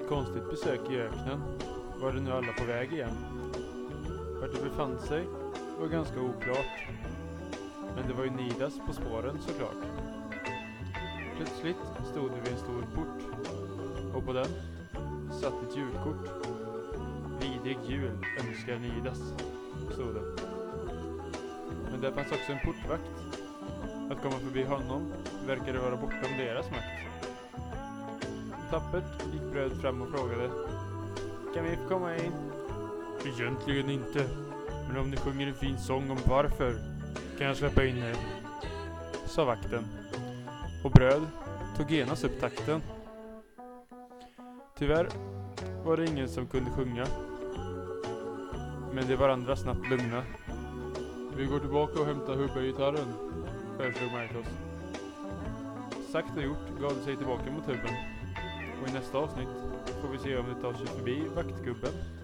konstigt besök i öknen. Var det nu alla på väg igen? Vart de befann sig var ganska oklart. Men det var ju Nidas på spåren såklart. Plötsligt stod vi vid en stor port. Och på den satt ett julkort. Vidrig jul önskar Nidas, stod det. Men där fanns också en portvakt. Att komma förbi honom verkade vara bortom deras makt. Tappert gick Bröd fram och frågade: kan vi få komma in? Egentligen inte. Men om ni sjunger en fin sång om varför kan jag släppa in er, sa vakten. Och Bröd tog genast upp takten. Tyvärr var det ingen som kunde sjunga. Men det var andra snabbt lugna. Vi går tillbaka och hämtar hubba-gitarren, föreslog Marcos. Sagt och gjort gav det sig tillbaka mot hubben. Och i nästa avsnitt får vi se om det tar sig förbi vaktgubben